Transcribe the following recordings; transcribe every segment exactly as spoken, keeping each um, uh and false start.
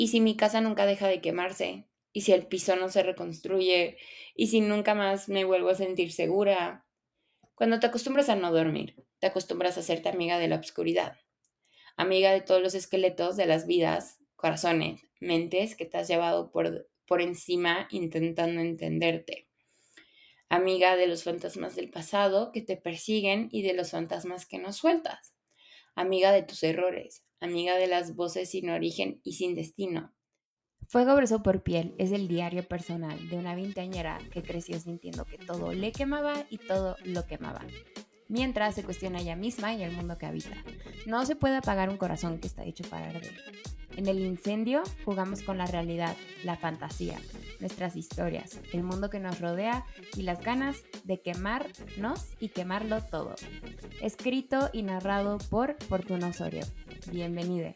¿Y si mi casa nunca deja de quemarse? ¿Y si el piso no se reconstruye? ¿Y si nunca más me vuelvo a sentir segura? Cuando te acostumbras a no dormir, te acostumbras a hacerte amiga de la oscuridad, amiga de todos los esqueletos de las vidas, corazones, mentes que te has llevado por, por encima intentando entenderte, amiga de los fantasmas del pasado que te persiguen y de los fantasmas que no sueltas, amiga de tus errores, amiga de las voces sin origen y sin destino. Fuego Verso por Piel es el diario personal de una veinteañera que creció sintiendo que todo le quemaba y todo lo quemaba, mientras se cuestiona ella misma y el mundo que habita. No se puede apagar un corazón que está hecho para arder. En el incendio jugamos con la realidad, la fantasía, nuestras historias, el mundo que nos rodea y las ganas de quemarnos y quemarlo todo. Escrito y narrado por Fortuna Osorio. Bienvenida.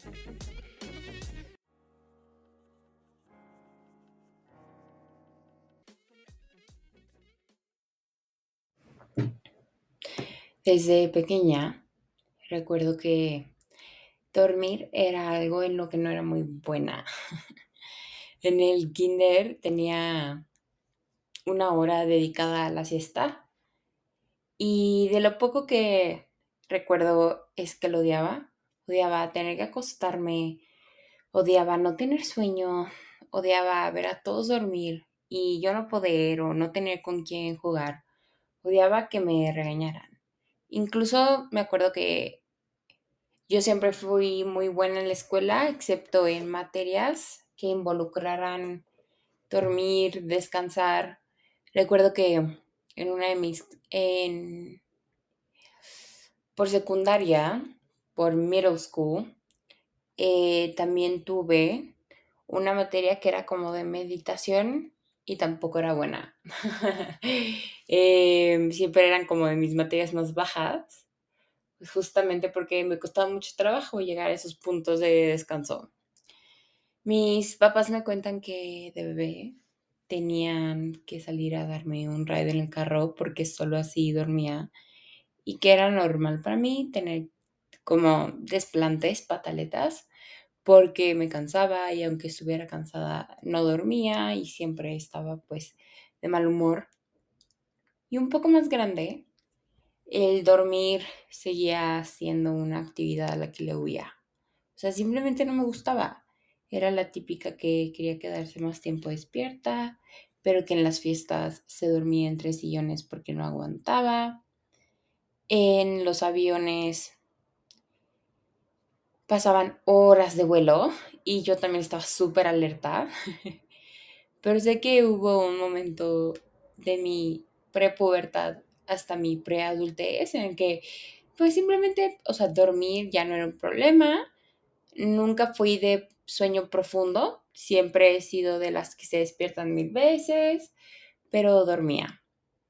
Desde pequeña recuerdo que dormir era algo en lo que no era muy buena. En el kinder tenía una hora dedicada a la siesta y de lo poco que recuerdo es que lo odiaba. Odiaba tener que acostarme, odiaba no tener sueño, odiaba ver a todos dormir y yo no poder o no tener con quién jugar. Odiaba que me regañaran. Incluso me acuerdo que yo siempre fui muy buena en la escuela, excepto en materias que involucraran dormir, descansar. Recuerdo que en una de mis, en, por secundaria, por middle school, eh, también tuve una materia que era como de meditación y tampoco era buena. Eh, siempre eran como de mis materias más bajas, pues justamente porque me costaba mucho trabajo llegar a esos puntos de descanso. Mis papás me cuentan que de bebé tenían que salir a darme un ride en el carro porque solo así dormía y que era normal para mí tener como desplantes, pataletas, porque me cansaba y aunque estuviera cansada no dormía y siempre estaba pues de mal humor. Y un poco más grande, el dormir seguía siendo una actividad a la que le huía. O sea, simplemente no me gustaba. Era la típica que quería quedarse más tiempo despierta, pero que en las fiestas se dormía entre sillones porque no aguantaba. En los aviones pasaban horas de vuelo y yo también estaba súper alerta. Pero sé que hubo un momento de mi prepubertad hasta mi preadultez en el que pues simplemente, o sea, dormir ya no era un problema. Nunca fui de sueño profundo, siempre he sido de las que se despiertan mil veces, pero dormía.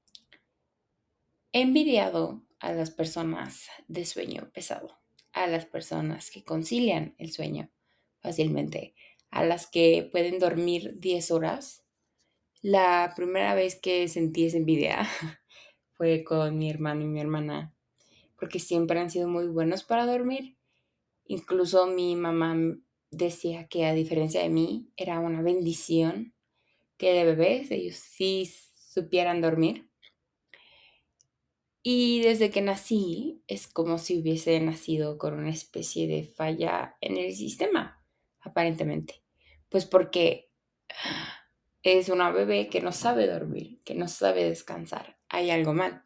He envidiado a las personas de sueño pesado, a las personas que concilian el sueño fácilmente, a las que pueden dormir diez horas. La primera vez que sentí esa envidia fue con mi hermano y mi hermana, porque siempre han sido muy buenos para dormir. Incluso mi mamá decía que a diferencia de mí era una bendición que de bebés ellos sí supieran dormir. Y desde que nací es como si hubiese nacido con una especie de falla en el sistema, aparentemente. Pues porque es una bebé que no sabe dormir, que no sabe descansar. Hay algo mal.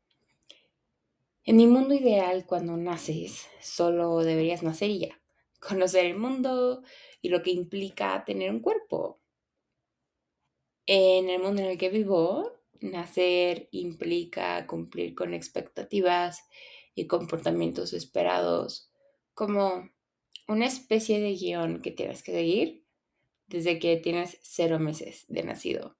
En mi mundo ideal, cuando naces, solo deberías nacer y ya. Conocer el mundo y lo que implica tener un cuerpo. En el mundo en el que vivo, nacer implica cumplir con expectativas y comportamientos esperados, como una especie de guión que tienes que seguir desde que tienes cero meses de nacido.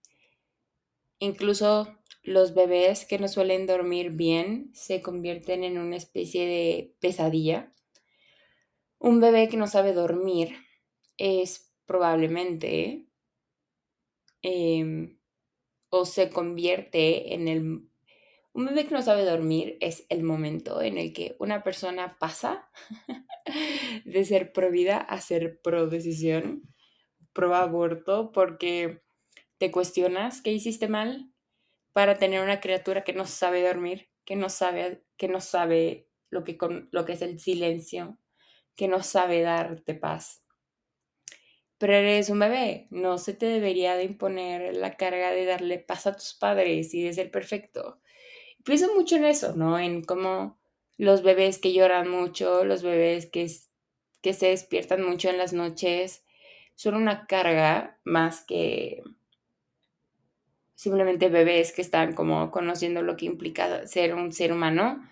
Incluso los bebés que no suelen dormir bien se convierten en una especie de pesadilla. Un bebé que no sabe dormir es probablemente em, o se convierte en el Un bebé que no sabe dormir es el momento en el que una persona pasa de ser pro vida a ser pro decisión, pro aborto, porque te cuestionas qué hiciste mal para tener una criatura que no sabe dormir, que no sabe, que no sabe lo que, con, lo que es el silencio, que no sabe darte paz. Pero eres un bebé, no se te debería de imponer la carga de darle paz a tus padres y de ser perfecto. Pienso mucho en eso, ¿no? En cómo los bebés que lloran mucho, los bebés que, que se despiertan mucho en las noches, son una carga más que simplemente bebés que están como conociendo lo que implica ser un ser humano.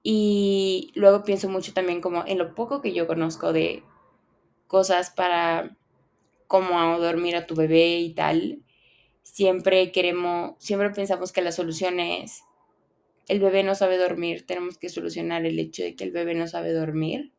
Y luego pienso mucho también como en lo poco que yo conozco de cosas para cómo dormir a tu bebé y tal. Siempre queremos, siempre pensamos que la solución es el bebé no sabe dormir, tenemos que solucionar el hecho de que el bebé no sabe dormir,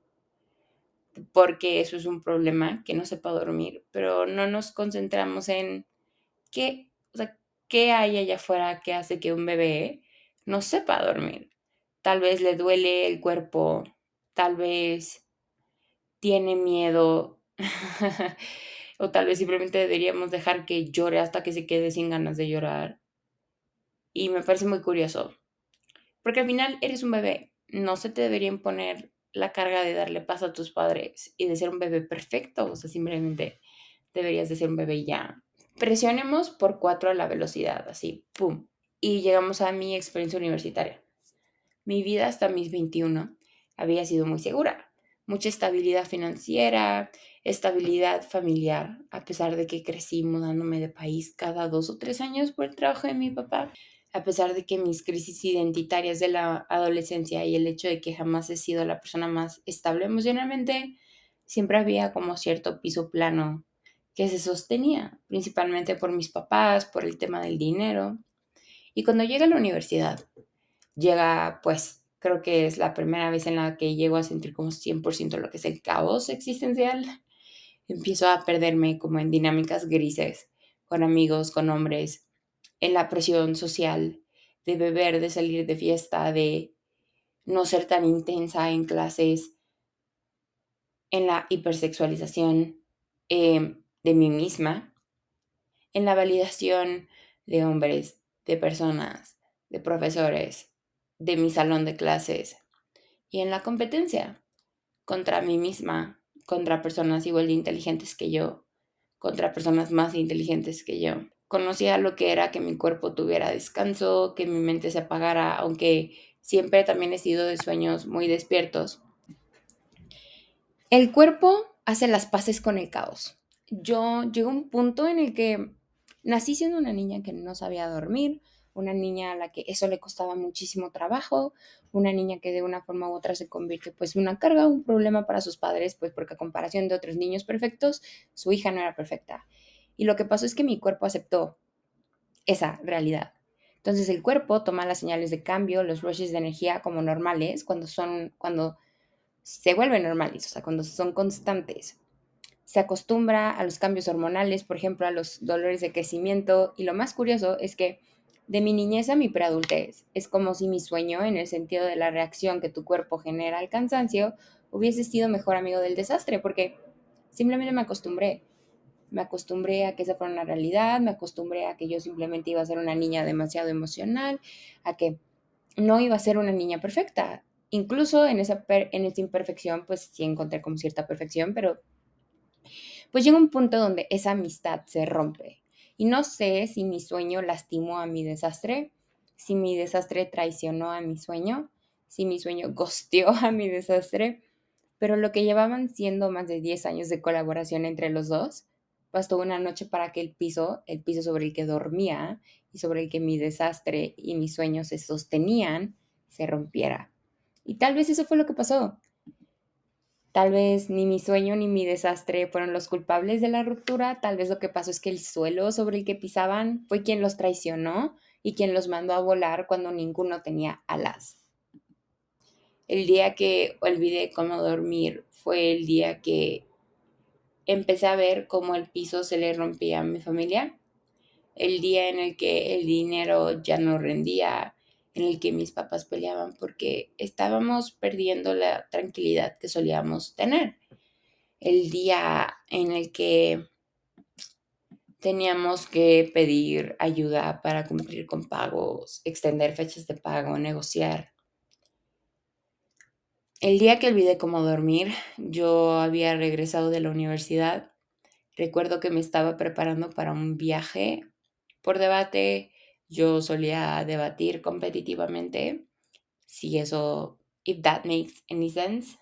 porque eso es un problema, que no sepa dormir, pero no nos concentramos en qué, o sea, qué hay allá afuera que hace que un bebé no sepa dormir. Tal vez le duele el cuerpo, tal vez tiene miedo, o tal vez simplemente deberíamos dejar que llore hasta que se quede sin ganas de llorar. Y me parece muy curioso, porque al final eres un bebé, no se te debería imponer la carga de darle paz a tus padres y de ser un bebé perfecto, o sea, simplemente deberías de ser un bebé ya. Presionemos por cuatro a la velocidad, así, pum. Y llegamos a mi experiencia universitaria. Mi vida hasta mis veintiuno había sido muy segura. Mucha estabilidad financiera, estabilidad familiar, a pesar de que crecí mudándome de país cada dos o tres años por el trabajo de mi papá, a pesar de que mis crisis identitarias de la adolescencia y el hecho de que jamás he sido la persona más estable emocionalmente, siempre había como cierto piso plano que se sostenía, principalmente por mis papás, por el tema del dinero. Y cuando llegué a la universidad, llega, pues, creo que es la primera vez en la que llego a sentir como cien por ciento lo que es el caos existencial. Empiezo a perderme como en dinámicas grises, con amigos, con hombres, en la presión social, de beber, de salir de fiesta, de no ser tan intensa en clases, en la hipersexualización eh, de mí misma, en la validación de hombres, de personas, de profesores, de mi salón de clases y en la competencia contra mí misma, contra personas igual de inteligentes que yo, contra personas más inteligentes que yo. Conocía lo que era que mi cuerpo tuviera descanso, que mi mente se apagara, aunque siempre también he sido de sueños muy despiertos. El cuerpo hace las paces con el caos. Yo llego a un punto en el que nací siendo una niña que no sabía dormir, una niña a la que eso le costaba muchísimo trabajo, una niña que de una forma u otra se convierte pues en una carga, un problema para sus padres, pues porque a comparación de otros niños perfectos, su hija no era perfecta. Y lo que pasó es que mi cuerpo aceptó esa realidad. Entonces el cuerpo toma las señales de cambio, los rushes de energía como normales cuando son cuando se vuelven normales, o sea, cuando son constantes. Se acostumbra a los cambios hormonales, por ejemplo, a los dolores de crecimiento. Y lo más curioso es que de mi niñez a mi preadultez, es como si mi sueño, en el sentido de la reacción que tu cuerpo genera al cansancio, hubiese sido mejor amigo del desastre, porque simplemente me acostumbré. Me acostumbré a que esa fuera una realidad, me acostumbré a que yo simplemente iba a ser una niña demasiado emocional, a que no iba a ser una niña perfecta. Incluso en esa, per, en esa imperfección, pues sí encontré como cierta perfección, pero pues llega un punto donde esa amistad se rompe. Y no sé si mi sueño lastimó a mi desastre, si mi desastre traicionó a mi sueño, si mi sueño gosteó a mi desastre, pero lo que llevaban siendo más de diez años de colaboración entre los dos, bastó una noche para que el piso, el piso sobre el que dormía y sobre el que mi desastre y mis sueños se sostenían, se rompiera. Y tal vez eso fue lo que pasó. Tal vez ni mi sueño ni mi desastre fueron los culpables de la ruptura, tal vez lo que pasó es que el suelo sobre el que pisaban fue quien los traicionó y quien los mandó a volar cuando ninguno tenía alas. El día que olvidé cómo dormir fue el día que empecé a ver cómo el piso se le rompía a mi familia, el día en el que el dinero ya no rendía, en el que mis papás peleaban porque estábamos perdiendo la tranquilidad que solíamos tener. El día en el que teníamos que pedir ayuda para cumplir con pagos, extender fechas de pago, negociar. El día que olvidé cómo dormir, yo había regresado de la universidad. Recuerdo que me estaba preparando para un viaje por debate. Yo solía debatir competitivamente, si eso, if that makes any sense.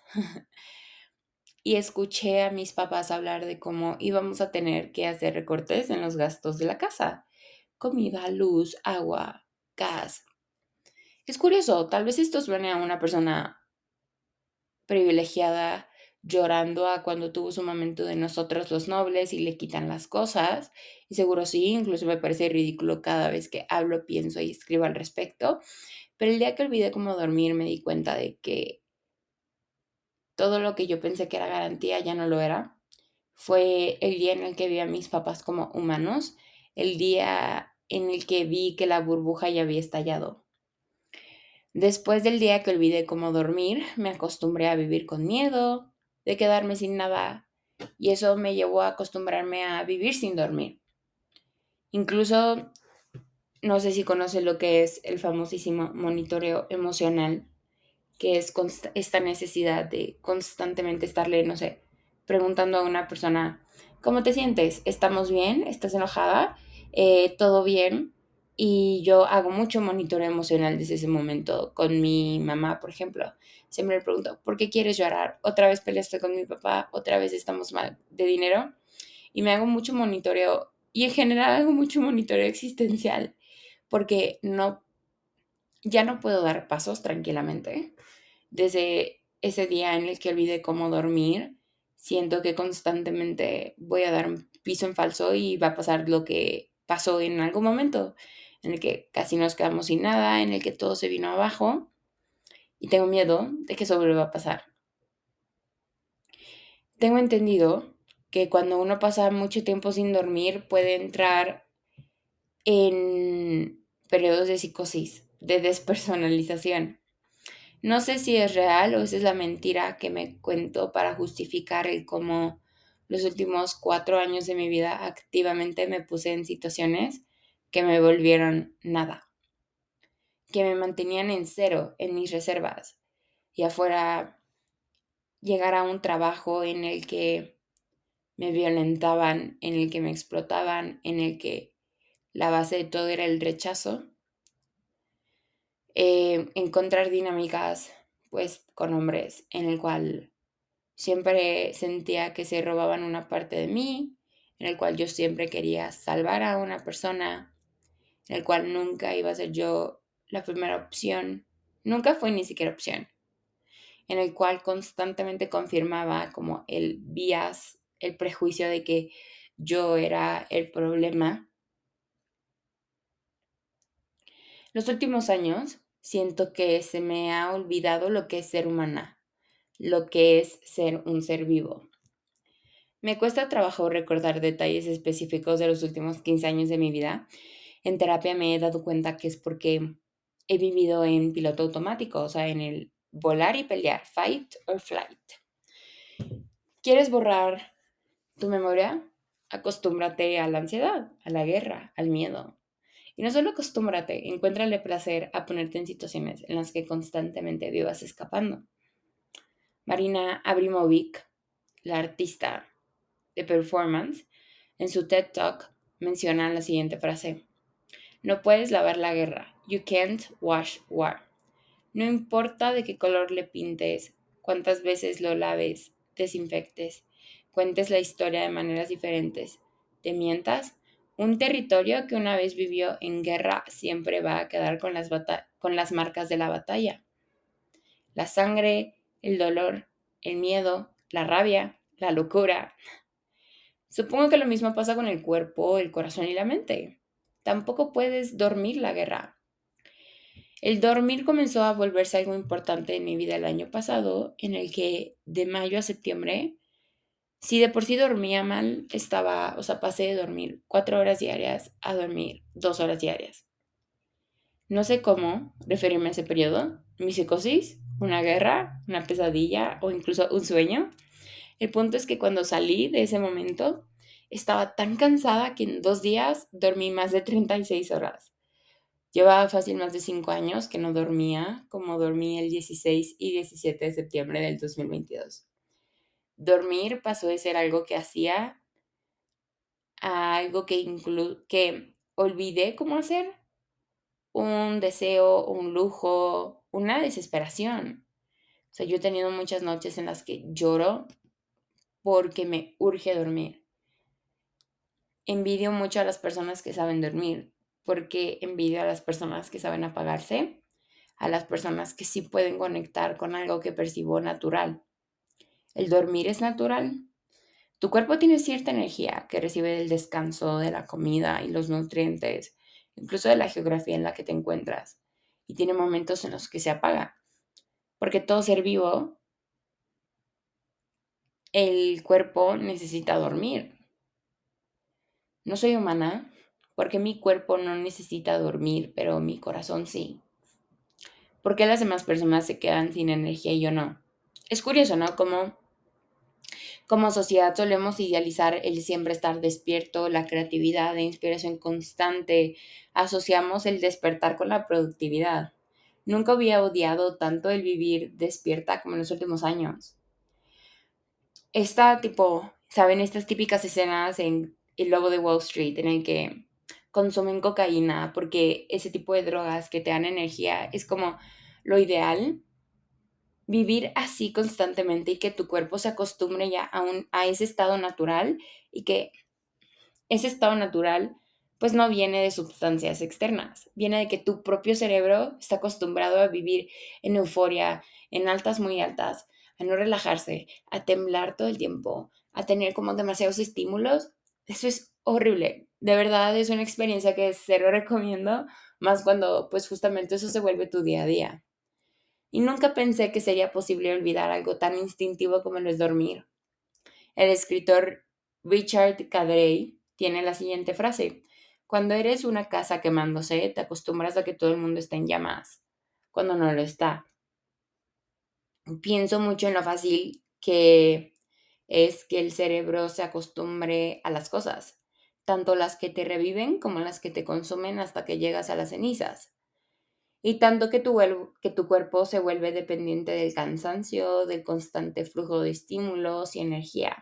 Y escuché a mis papás hablar de cómo íbamos a tener que hacer recortes en los gastos de la casa: comida, luz, agua, gas. Es curioso, tal vez esto suene a una persona privilegiada llorando a cuando tuvo su momento de nosotros los nobles y le quitan las cosas. Y seguro sí, incluso me parece ridículo cada vez que hablo, pienso y escribo al respecto. Pero el día que olvidé cómo dormir me di cuenta de que todo lo que yo pensé que era garantía ya no lo era. Fue el día en el que vi a mis papás como humanos, el día en el que vi que la burbuja ya había estallado. Después del día que olvidé cómo dormir, me acostumbré a vivir con miedo de quedarme sin nada, y eso me llevó a acostumbrarme a vivir sin dormir. Incluso, no sé si conoces lo que es el famosísimo monitoreo emocional, que es const- esta necesidad de constantemente estarle, no sé, preguntando a una persona: ¿cómo te sientes? ¿Estamos bien? ¿Estás enojada? Eh, ¿todo bien? Y yo hago mucho monitoreo emocional desde ese momento con mi mamá, por ejemplo. Siempre le pregunto: ¿por qué quieres llorar? ¿Otra vez peleaste con mi papá? ¿Otra vez estamos mal de dinero? Y me hago mucho monitoreo, y en general hago mucho monitoreo existencial, porque no, ya no puedo dar pasos tranquilamente. Desde ese día en el que olvidé cómo dormir, siento que constantemente voy a dar un piso en falso y va a pasar lo que pasó en algún momento, en el que casi nos quedamos sin nada, en el que todo se vino abajo, y tengo miedo de que eso vuelva a pasar. Tengo entendido que cuando uno pasa mucho tiempo sin dormir puede entrar en periodos de psicosis, de despersonalización. No sé si es real o esa es la mentira que me cuento para justificar el cómo los últimos cuatro años de mi vida activamente me puse en situaciones que me volvieron nada, que me mantenían en cero en mis reservas, y afuera llegar a un trabajo en el que me violentaban, en el que me explotaban, en el que la base de todo era el rechazo. Eh, encontrar dinámicas pues con hombres en el cual siempre sentía que se robaban una parte de mí, en el cual yo siempre quería salvar a una persona, en el cual nunca iba a ser yo la primera opción, nunca fue ni siquiera opción, en el cual constantemente confirmaba como el bias, el prejuicio de que yo era el problema. Los últimos años siento que se me ha olvidado lo que es ser humana, lo que es ser un ser vivo. Me cuesta trabajo recordar detalles específicos de los últimos quince años de mi vida. En terapia me he dado cuenta que es porque he vivido en piloto automático, o sea, en el volar y pelear, fight or flight. ¿Quieres borrar tu memoria? Acostúmbrate a la ansiedad, a la guerra, al miedo. Y no solo acostúmbrate, encuéntrale placer a ponerte en situaciones en las que constantemente vivas escapando. Marina Abramovic, la artista de performance, en su TED Talk menciona la siguiente frase: no puedes lavar la guerra, you can't wash war. No importa de qué color le pintes, cuántas veces lo laves, desinfectes, cuentes la historia de maneras diferentes, te mientas, un territorio que una vez vivió en guerra siempre va a quedar con las, bata- con las marcas de la batalla. La sangre, el dolor, el miedo, la rabia, la locura. Supongo que lo mismo pasa con el cuerpo, el corazón y la mente. Tampoco puedes dormir la guerra. El dormir comenzó a volverse algo importante en mi vida el año pasado, en el que de mayo a septiembre, si de por sí dormía mal, estaba, o sea, pasé de dormir cuatro horas diarias a dormir dos horas diarias. No sé cómo referirme a ese periodo, mi psicosis, una guerra, una pesadilla o incluso un sueño. El punto es que cuando salí de ese momento, estaba tan cansada que en dos días dormí más de treinta y seis horas. Llevaba fácil más de cinco años que no dormía, como dormí el dieciséis y diecisiete de septiembre del dos mil veintidós. Dormir pasó de ser algo que hacía a algo que, inclu que olvidé cómo hacer, un deseo, un lujo, una desesperación. O sea, yo he tenido muchas noches en las que lloro porque me urge dormir. Envidio mucho a las personas que saben dormir, porque envidio a las personas que saben apagarse, a las personas que sí pueden conectar con algo que percibo natural. El dormir es natural. Tu cuerpo tiene cierta energía que recibe del descanso, de la comida y los nutrientes, incluso de la geografía en la que te encuentras. Y tiene momentos en los que se apaga, porque todo ser vivo, el cuerpo necesita dormir. No soy humana, porque mi cuerpo no necesita dormir, pero mi corazón sí. ¿Por qué las demás personas se quedan sin energía y yo no? Es curioso, ¿no? Como Como sociedad solemos idealizar el siempre estar despierto, la creatividad e inspiración constante. Asociamos el despertar con la productividad. Nunca había odiado tanto el vivir despierta como en los últimos años. Esta tipo, ¿saben? Estas típicas escenas en El Lobo de Wall Street en el que consumen cocaína porque ese tipo de drogas que te dan energía es como lo ideal. Vivir así constantemente y que tu cuerpo se acostumbre ya a, un, a ese estado natural y que ese estado natural pues no viene de sustancias externas, viene de que tu propio cerebro está acostumbrado a vivir en euforia, en altas muy altas, a no relajarse, a temblar todo el tiempo, a tener como demasiados estímulos. Eso es horrible. De verdad es una experiencia que cero recomiendo, más cuando pues justamente eso se vuelve tu día a día. Y nunca pensé que sería posible olvidar algo tan instintivo como lo es dormir. El escritor Richard Cadrey tiene la siguiente frase: cuando eres una casa quemándose, te acostumbras a que todo el mundo está en llamas, cuando no lo está. Pienso mucho en lo fácil que es que el cerebro se acostumbre a las cosas, tanto las que te reviven como las que te consumen hasta que llegas a las cenizas. Y tanto que tu, vuel- que tu cuerpo se vuelve dependiente del cansancio, del constante flujo de estímulos y energía.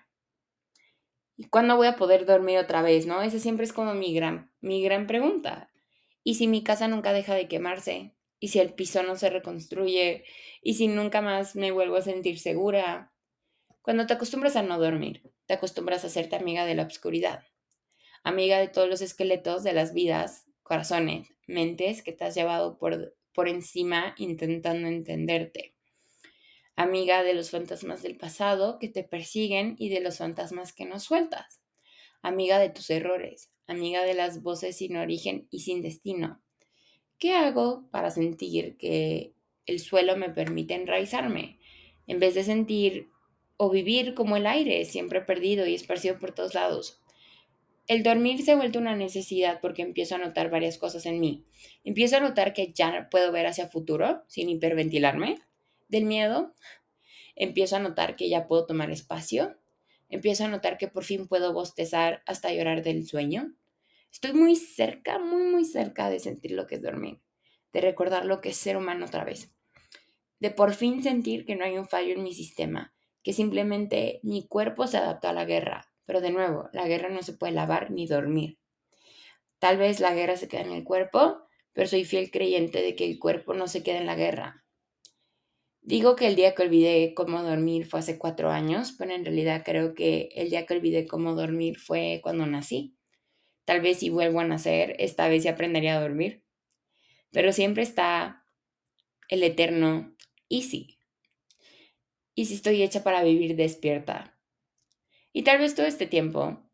¿Y cuándo voy a poder dormir otra vez, no? Esa siempre es como mi gran, mi gran pregunta. ¿Y si mi casa nunca deja de quemarse? ¿Y si el piso no se reconstruye? ¿Y si nunca más me vuelvo a sentir segura? Cuando te acostumbras a no dormir, te acostumbras a hacerte amiga de la oscuridad, amiga de todos los esqueletos de las vidas, corazones, mentes que te has llevado por, por encima intentando entenderte. Amiga de los fantasmas del pasado que te persiguen y de los fantasmas que no sueltas. Amiga de tus errores, amiga de las voces sin origen y sin destino. ¿Qué hago para sentir que el suelo me permite enraizarme, en vez de sentir o vivir como el aire, siempre perdido y esparcido por todos lados? El dormir se ha vuelto una necesidad porque empiezo a notar varias cosas en mí. Empiezo a notar que ya puedo ver hacia futuro sin hiperventilarme del miedo. Empiezo a notar que ya puedo tomar espacio. Empiezo a notar que por fin puedo bostezar hasta llorar del sueño. Estoy muy cerca, muy, muy cerca de sentir lo que es dormir, de recordar lo que es ser humano otra vez, de por fin sentir que no hay un fallo en mi sistema, que simplemente mi cuerpo se adaptó a la guerra. Pero de nuevo, la guerra no se puede lavar ni dormir. Tal vez la guerra se queda en el cuerpo, pero soy fiel creyente de que el cuerpo no se queda en la guerra. Digo que el día que olvidé cómo dormir fue hace cuatro años, pero en realidad creo que el día que olvidé cómo dormir fue cuando nací. Tal vez si vuelvo a nacer, esta vez sí aprendería a dormir. Pero siempre está el eterno ¿y si? ¿Y si estoy hecha para vivir despierta? Y tal vez todo este tiempo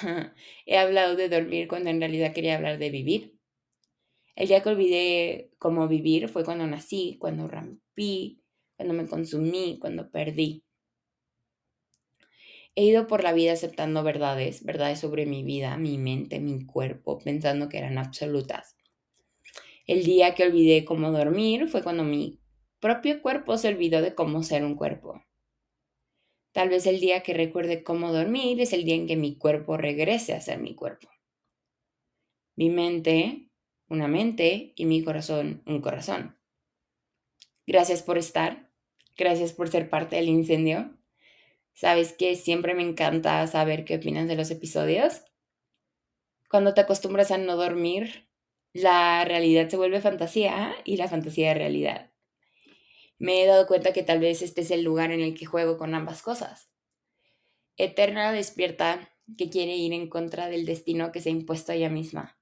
he hablado de dormir cuando en realidad quería hablar de vivir. El día que olvidé cómo vivir fue cuando nací, cuando rompí, cuando me consumí, cuando perdí. He ido por la vida aceptando verdades, verdades sobre mi vida, mi mente, mi cuerpo, pensando que eran absolutas. El día que olvidé cómo dormir fue cuando mi propio cuerpo se olvidó de cómo ser un cuerpo. Tal vez el día que recuerde cómo dormir es el día en que mi cuerpo regrese a ser mi cuerpo. Mi mente, una mente, y mi corazón, un corazón. Gracias por estar. Gracias por ser parte del incendio. Sabes que siempre me encanta saber qué opinas de los episodios. Cuando te acostumbras a no dormir, la realidad se vuelve fantasía y la fantasía es realidad. Me he dado cuenta que tal vez este es el lugar en el que juego con ambas cosas. Eterna despierta que quiere ir en contra del destino que se ha impuesto a ella misma.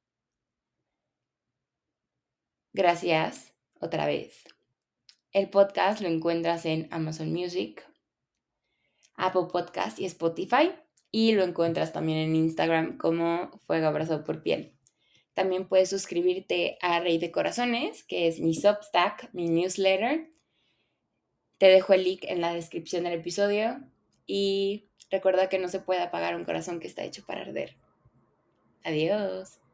Gracias, otra vez. El podcast lo encuentras en Amazon Music, Apple Podcast y Spotify. Y lo encuentras también en Instagram como Fuego Abrazado por Piel. También puedes suscribirte a Rey de Corazones, que es mi Substack, mi newsletter. Te dejo el link en la descripción del episodio. Y recuerda que no se puede apagar un corazón que está hecho para arder. Adiós.